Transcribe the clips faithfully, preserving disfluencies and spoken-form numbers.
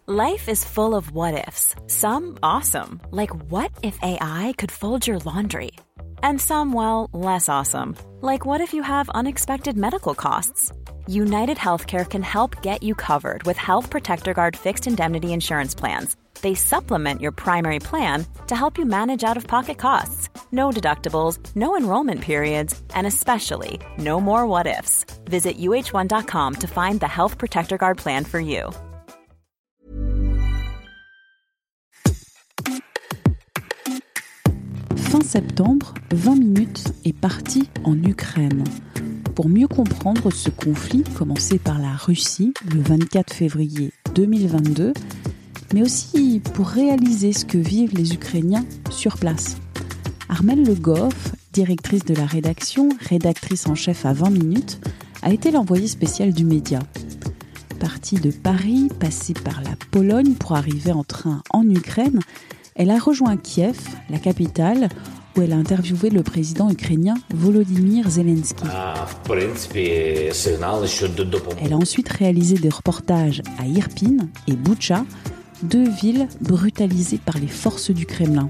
Life is full of what-ifs. Some awesome, like what if A I could fold your laundry? And some, well, less awesome, like what if you have unexpected medical costs? United Healthcare can help get you covered with Health Protector Guard fixed indemnity insurance plans. They supplement your primary plan to help you manage out-of-pocket costs. No deductibles, no enrollment periods, and especially no more what-ifs. Visit U H one dot com to find the Health Protector Guard plan for you. Fin septembre, vingt minutes est parti en Ukraine. Pour mieux comprendre ce conflit commencé par la Russie le vingt-quatre février deux mille vingt-deux, mais aussi pour réaliser ce que vivent les Ukrainiens sur place. Armelle Le Goff, directrice de la rédaction, rédactrice en chef à vingt minutes, a été l'envoyée spéciale du média. Partie de Paris, passée par la Pologne pour arriver en train en Ukraine, elle a rejoint Kiev, la capitale, où elle a interviewé le président ukrainien Volodymyr Zelensky. Elle a ensuite réalisé des reportages à Irpin et Boutcha, deux villes brutalisées par les forces du Kremlin.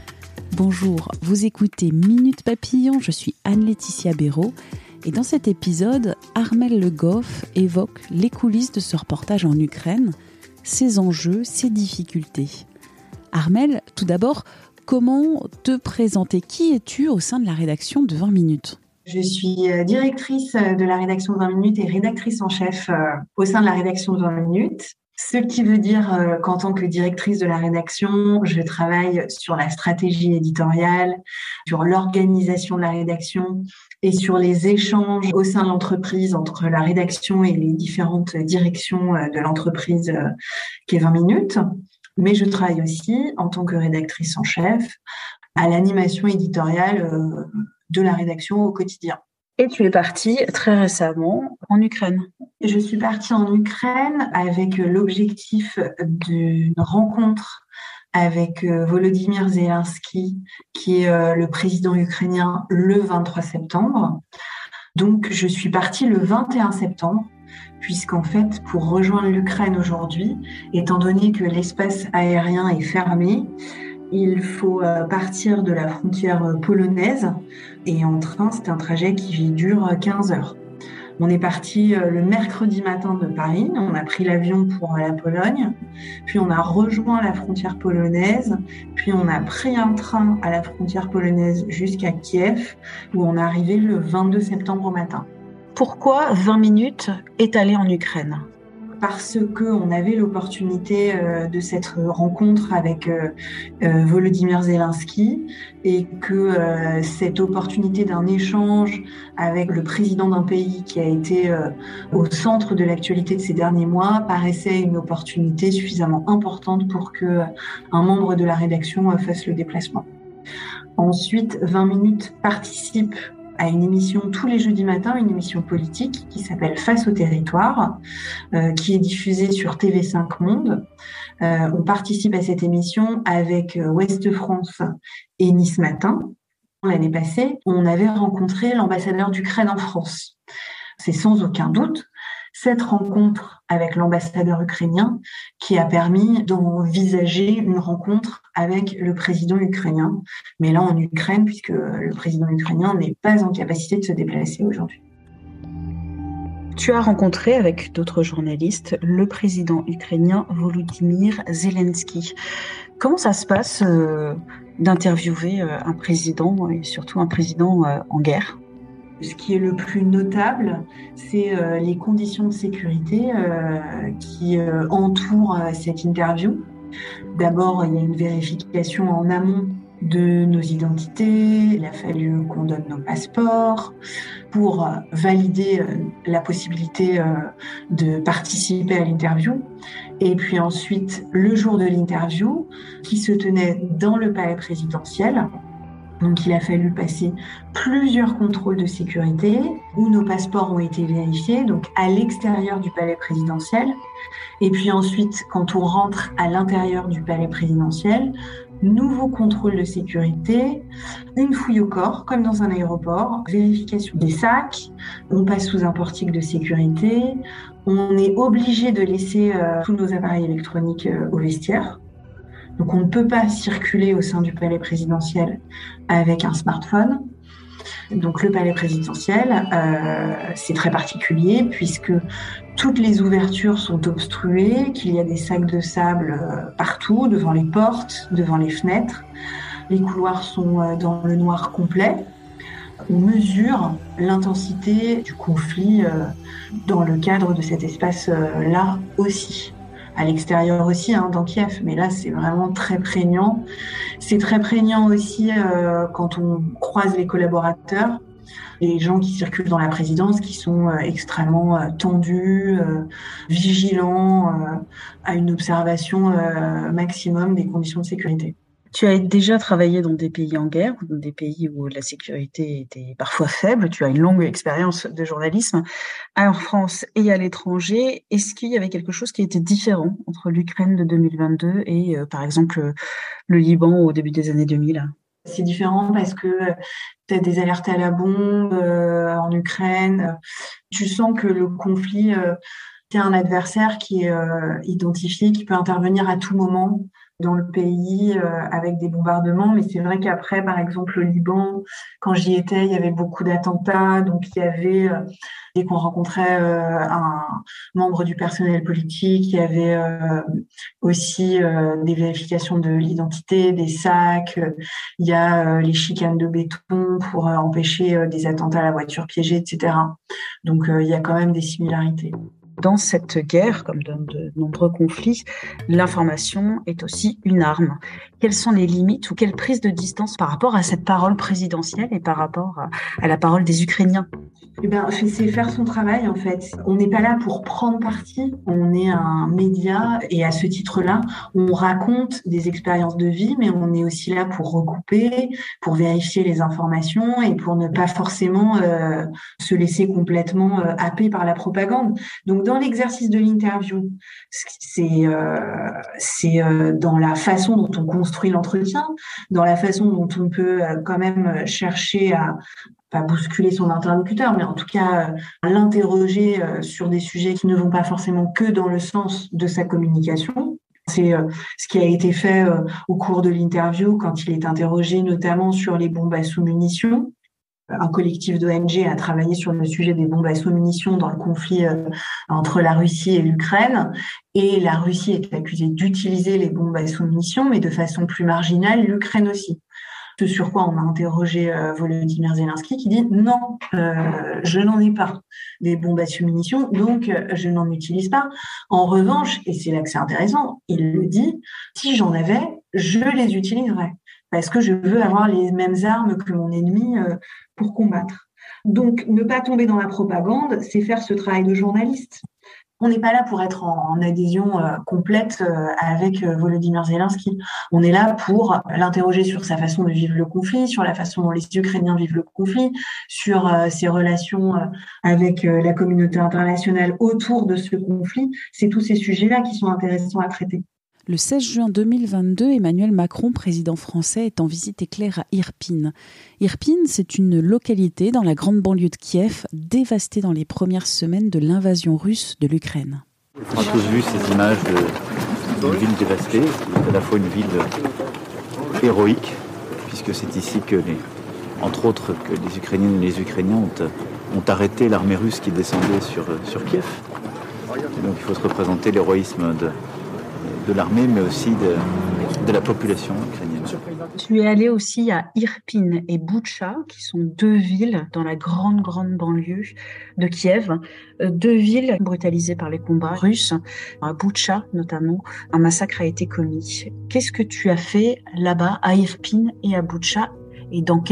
Bonjour, vous écoutez Minute Papillon, je suis Anne-Laetitia Béraud et dans cet épisode, Armelle Le Goff évoque les coulisses de ce reportage en Ukraine, ses enjeux, ses difficultés. Armelle, tout d'abord, comment te présenter? Qui es-tu au sein de la rédaction de vingt minutes? Je suis directrice de la rédaction de vingt minutes et rédactrice en chef au sein de la rédaction de vingt minutes. Ce qui veut dire qu'en tant que directrice de la rédaction, je travaille sur la stratégie éditoriale, sur l'organisation de la rédaction et sur les échanges au sein de l'entreprise entre la rédaction et les différentes directions de l'entreprise qu'est vingt minutes. Mais je travaille aussi en tant que rédactrice en chef à l'animation éditoriale de la rédaction au quotidien. Et tu es partie très récemment en Ukraine. Je suis partie en Ukraine avec l'objectif d'une rencontre avec Volodymyr Zelensky, qui est le président ukrainien, le vingt-trois septembre. Donc, je suis partie le vingt et un septembre, puisqu'en fait, pour rejoindre l'Ukraine aujourd'hui, étant donné que l'espace aérien est fermé, il faut partir de la frontière polonaise et en train, c'est un trajet qui dure quinze heures. On est parti le mercredi matin de Paris, on a pris l'avion pour la Pologne, puis on a rejoint la frontière polonaise, puis on a pris un train à la frontière polonaise jusqu'à Kiev, où on est arrivé le vingt-deux septembre au matin. Pourquoi vingt minutes est allé en Ukraine? Parce qu'on avait l'opportunité de cette rencontre avec Volodymyr Zelensky et que cette opportunité d'un échange avec le président d'un pays qui a été au centre de l'actualité de ces derniers mois paraissait une opportunité suffisamment importante pour qu'un membre de la rédaction fasse le déplacement. Ensuite, vingt minutes participe à une émission tous les jeudis matins, une émission politique qui s'appelle Face au territoire, euh, qui est diffusée sur T V cinq Monde. Euh, on participe à cette émission avec Ouest France et Nice Matin. L'année passée, on avait rencontré l'ambassadeur d'Ukraine en France. C'est sans aucun doute cette rencontre avec l'ambassadeur ukrainien qui a permis d'envisager une rencontre avec le président ukrainien, mais là en Ukraine, puisque le président ukrainien n'est pas en capacité de se déplacer aujourd'hui. Tu as rencontré avec d'autres journalistes le président ukrainien Volodymyr Zelensky. Comment ça se passe euh, d'interviewer euh, un président, et surtout un président euh, en guerre ? Ce qui est le plus notable, c'est euh, les conditions de sécurité euh, qui euh, entourent euh, cette interview. D'abord, il y a une vérification en amont de nos identités. Il a fallu qu'on donne nos passeports pour euh, valider euh, la possibilité euh, de participer à l'interview. Et puis ensuite, le jour de l'interview, qui se tenait dans le palais présidentiel, Donc il a fallu passer plusieurs contrôles de sécurité où nos passeports ont été vérifiés, donc à l'extérieur du palais présidentiel. Et puis ensuite, quand on rentre à l'intérieur du palais présidentiel, nouveau contrôle de sécurité, une fouille au corps, comme dans un aéroport, vérification des sacs, on passe sous un portique de sécurité, on est obligé de laisser euh, tous nos appareils électroniques euh, au vestiaire. Donc on ne peut pas circuler au sein du palais présidentiel avec un smartphone. Donc le palais présidentiel, euh, c'est très particulier puisque toutes les ouvertures sont obstruées, qu'il y a des sacs de sable euh, partout, devant les portes, devant les fenêtres. Les couloirs sont euh, dans le noir complet. On mesure l'intensité du conflit euh, dans le cadre de cet espace-là aussi. À l'extérieur aussi, hein, dans Kiev, mais là c'est vraiment très prégnant. C'est très prégnant aussi euh, quand on croise les collaborateurs, les gens qui circulent dans la présidence, qui sont euh, extrêmement euh, tendus, euh, vigilants, euh, à une observation euh, maximum des conditions de sécurité. Tu as déjà travaillé dans des pays en guerre, ou dans des pays où la sécurité était parfois faible. Tu as une longue expérience de journalisme en France et à l'étranger. Est-ce qu'il y avait quelque chose qui était différent entre l'Ukraine de deux mille vingt-deux et, euh, par exemple, le Liban au début des années deux mille? C'est différent parce que tu as des alertes à la bombe euh, en Ukraine. Tu sens que le conflit, euh, c'est un adversaire qui est euh, identifié, qui peut intervenir à tout moment dans le pays euh, avec des bombardements, mais c'est vrai qu'après, par exemple, au Liban, quand j'y étais, il y avait beaucoup d'attentats, donc il y avait, euh, dès qu'on rencontrait euh, un membre du personnel politique, il y avait euh, aussi euh, des vérifications de l'identité, des sacs, euh, il y a euh, les chicanes de béton pour euh, empêcher euh, des attentats à la voiture piégée, et cetera. Donc euh, il y a quand même des similarités. Dans cette guerre, comme dans de nombreux conflits, l'information est aussi une arme. Quelles sont les limites ou quelle prise de distance par rapport à cette parole présidentielle et par rapport à, à la parole des Ukrainiens? Eh ben, c'est faire son travail en fait. On n'est pas là pour prendre parti, on est un média et à ce titre-là, on raconte des expériences de vie, mais on est aussi là pour recouper, pour vérifier les informations et pour ne pas forcément euh, se laisser complètement euh, happer par la propagande. Donc dans l'exercice de l'interview, c'est euh, c'est euh, dans la façon dont on construit l'entretien, dans la façon dont on peut euh, quand même chercher à pas bousculer son interlocuteur, mais en tout cas euh, l'interroger euh, sur des sujets qui ne vont pas forcément que dans le sens de sa communication. C'est euh, ce qui a été fait euh, au cours de l'interview quand il est interrogé notamment sur les bombes à sous-munitions. Un collectif d'O N G a travaillé sur le sujet des bombes à sous-munitions dans le conflit euh, entre la Russie et l'Ukraine. Et la Russie est accusée d'utiliser les bombes à sous-munitions, mais de façon plus marginale, l'Ukraine aussi. Ce sur quoi on a interrogé euh, Volodymyr Zelensky qui dit non, euh, je n'en ai pas des bombes à sous-munitions, donc euh, je n'en utilise pas. En revanche, et c'est là que c'est intéressant, il le dit, si j'en avais, je les utiliserais parce que je veux avoir les mêmes armes que mon ennemi euh, pour combattre. Donc, ne pas tomber dans la propagande, c'est faire ce travail de journaliste. On n'est pas là pour être en, en adhésion euh, complète euh, avec euh, Volodymyr Zelensky. On est là pour l'interroger sur sa façon de vivre le conflit, sur la façon dont les Ukrainiens vivent le conflit, sur euh, ses relations euh, avec euh, la communauté internationale autour de ce conflit. C'est tous ces sujets-là qui sont intéressants à traiter. Le seize juin deux mille vingt-deux, Emmanuel Macron, président français, est en visite éclair à Irpin. Irpin, c'est une localité dans la grande banlieue de Kiev, dévastée dans les premières semaines de l'invasion russe de l'Ukraine. On a tous vu ces images d'une ville dévastée, qui est à la fois une ville héroïque, puisque c'est ici que, les, entre autres, que les Ukrainiennes et les Ukrainiens ont, ont arrêté l'armée russe qui descendait sur, sur Kiev. Et donc il faut se représenter l'héroïsme de de l'armée, mais aussi de, de la population ukrainienne. Tu es allé aussi à Irpin et Boutcha, qui sont deux villes dans la grande, grande banlieue de Kiev. Deux villes brutalisées par les combats russes. À Boutcha, notamment, un massacre a été commis. Qu'est-ce que tu as fait là-bas, à Irpin et à Boutcha, et dans quel but ?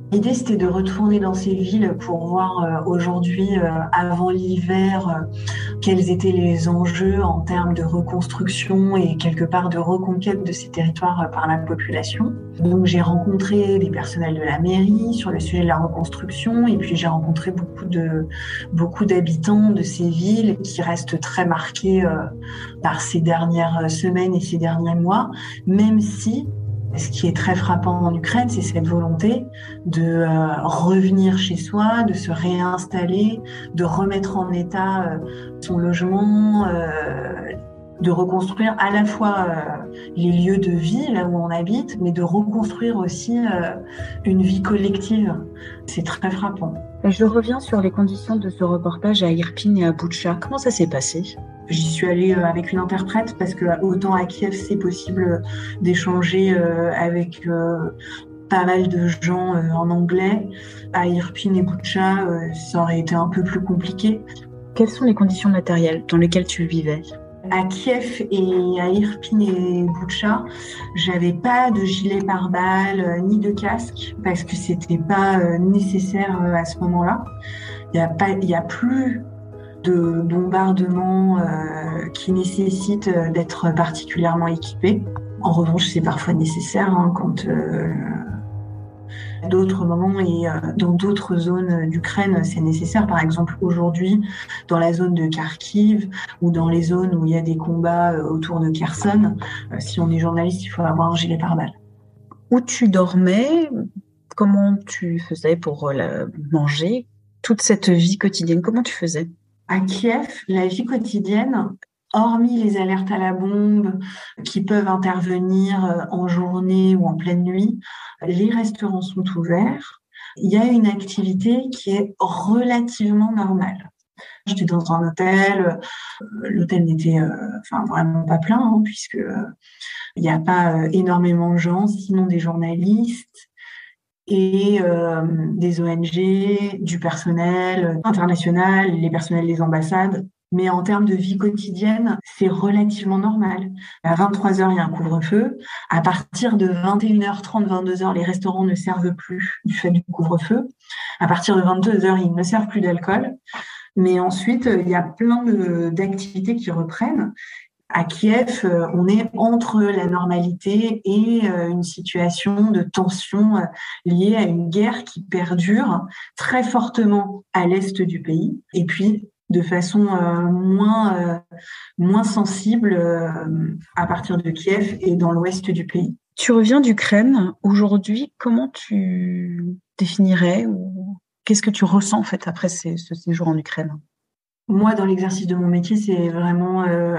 L'idée, c'était de retourner dans ces villes pour voir euh, aujourd'hui, euh, avant l'hiver, euh, quels étaient les enjeux en termes de reconstruction et quelque part de reconquête de ces territoires euh, par la population. Donc j'ai rencontré des personnels de la mairie sur le sujet de la reconstruction et puis j'ai rencontré beaucoup de beaucoup d'habitants de ces villes qui restent très marqués euh, par ces dernières semaines et ces derniers mois, même si ce qui est très frappant en Ukraine, c'est cette volonté de euh, revenir chez soi, de se réinstaller, de remettre en état euh, son logement, euh, de reconstruire à la fois euh, les lieux de vie, là où on habite, mais de reconstruire aussi euh, une vie collective. C'est très frappant. Et je reviens sur les conditions de ce reportage à Irpin et à Boutcha. Comment ça s'est passé ? J'y suis allée avec une interprète parce que autant à Kiev, c'est possible d'échanger avec pas mal de gens en anglais. À Irpin et Boutcha, ça aurait été un peu plus compliqué. Quelles sont les conditions matérielles dans lesquelles tu vivais ? À Kiev et à Irpin et Boutcha, j'avais pas de gilet pare-balles ni de casque parce que c'était pas nécessaire à ce moment-là. Il y a pas, il y a plus de bombardements euh, qui nécessitent d'être particulièrement équipés. En revanche, c'est parfois nécessaire hein, quand euh, à d'autres moments et euh, dans d'autres zones d'Ukraine, c'est nécessaire. Par exemple, aujourd'hui, dans la zone de Kharkiv ou dans les zones où il y a des combats euh, autour de Kherson, euh, si on est journaliste, il faut avoir un gilet pare-balles. Où tu dormais ? Comment tu faisais pour euh, manger ? Toute cette vie quotidienne, comment tu faisais ? À Kiev, la vie quotidienne, hormis les alertes à la bombe qui peuvent intervenir en journée ou en pleine nuit, les restaurants sont ouverts. Il y a une activité qui est relativement normale. J'étais dans un hôtel, l'hôtel n'était euh, enfin, vraiment pas plein, hein, puisque euh, il n'y a pas euh, énormément de gens, sinon des journalistes et euh, des O N G, du personnel international, les personnels des ambassades. Mais en termes de vie quotidienne, c'est relativement normal. À vingt-trois heures, il y a un couvre-feu. À partir de vingt et une heures trente, vingt-deux heures, les restaurants ne servent plus du fait du couvre-feu. À partir de vingt-deux heures, ils ne servent plus d'alcool. Mais ensuite, il y a plein de, d'activités qui reprennent. À Kiev, on est entre la normalité et une situation de tension liée à une guerre qui perdure très fortement à l'est du pays et puis de façon moins, moins sensible à partir de Kiev et dans l'ouest du pays. Tu reviens d'Ukraine. Aujourd'hui, comment tu définirais ou qu'est-ce que tu ressens en fait après ces, ce séjour en Ukraine ? Moi, dans l'exercice de mon métier, c'est vraiment euh,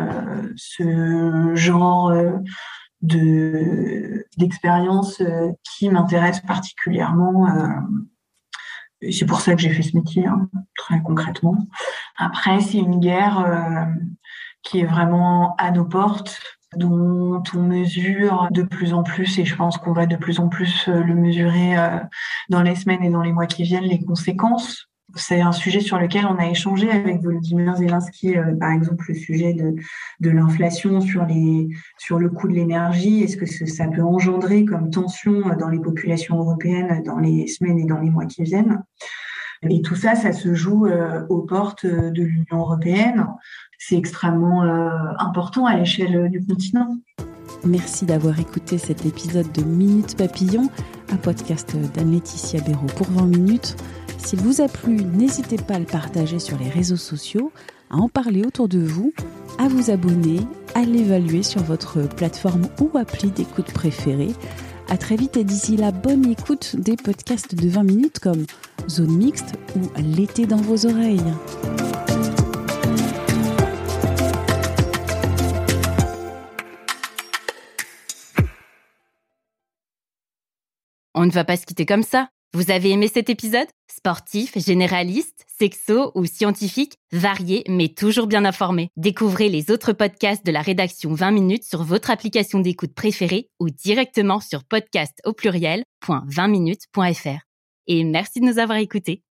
ce genre euh, de d'expérience euh, qui m'intéresse particulièrement. Euh, c'est pour ça que j'ai fait ce métier, hein, très concrètement. Après, c'est une guerre euh, qui est vraiment à nos portes, dont on mesure de plus en plus, et je pense qu'on va de plus en plus le mesurer euh, dans les semaines et dans les mois qui viennent, les conséquences. C'est un sujet sur lequel on a échangé avec Volodymyr Zelensky, euh, par exemple, le sujet de, de l'inflation sur, les, sur le coût de l'énergie. Est-ce que ça peut engendrer comme tension dans les populations européennes dans les semaines et dans les mois qui viennent ? Et tout ça, ça se joue euh, aux portes de l'Union européenne. C'est extrêmement euh, important à l'échelle du continent. Merci d'avoir écouté cet épisode de Minute Papillon, un podcast d'Anne-Laetitia Béraud pour vingt minutes. S'il vous a plu, n'hésitez pas à le partager sur les réseaux sociaux, à en parler autour de vous, à vous abonner, à l'évaluer sur votre plateforme ou appli d'écoute préférée. À très vite et d'ici là, bonne écoute des podcasts de vingt minutes comme Zone Mixte ou L'été dans vos oreilles. On ne va pas se quitter comme ça. Vous avez aimé cet épisode ? Sportif, généraliste, sexo ou scientifique, varié mais toujours bien informé. Découvrez les autres podcasts de la rédaction vingt minutes sur votre application d'écoute préférée ou directement sur podcast au pluriel point vingt minutes point f r. Et merci de nous avoir écoutés.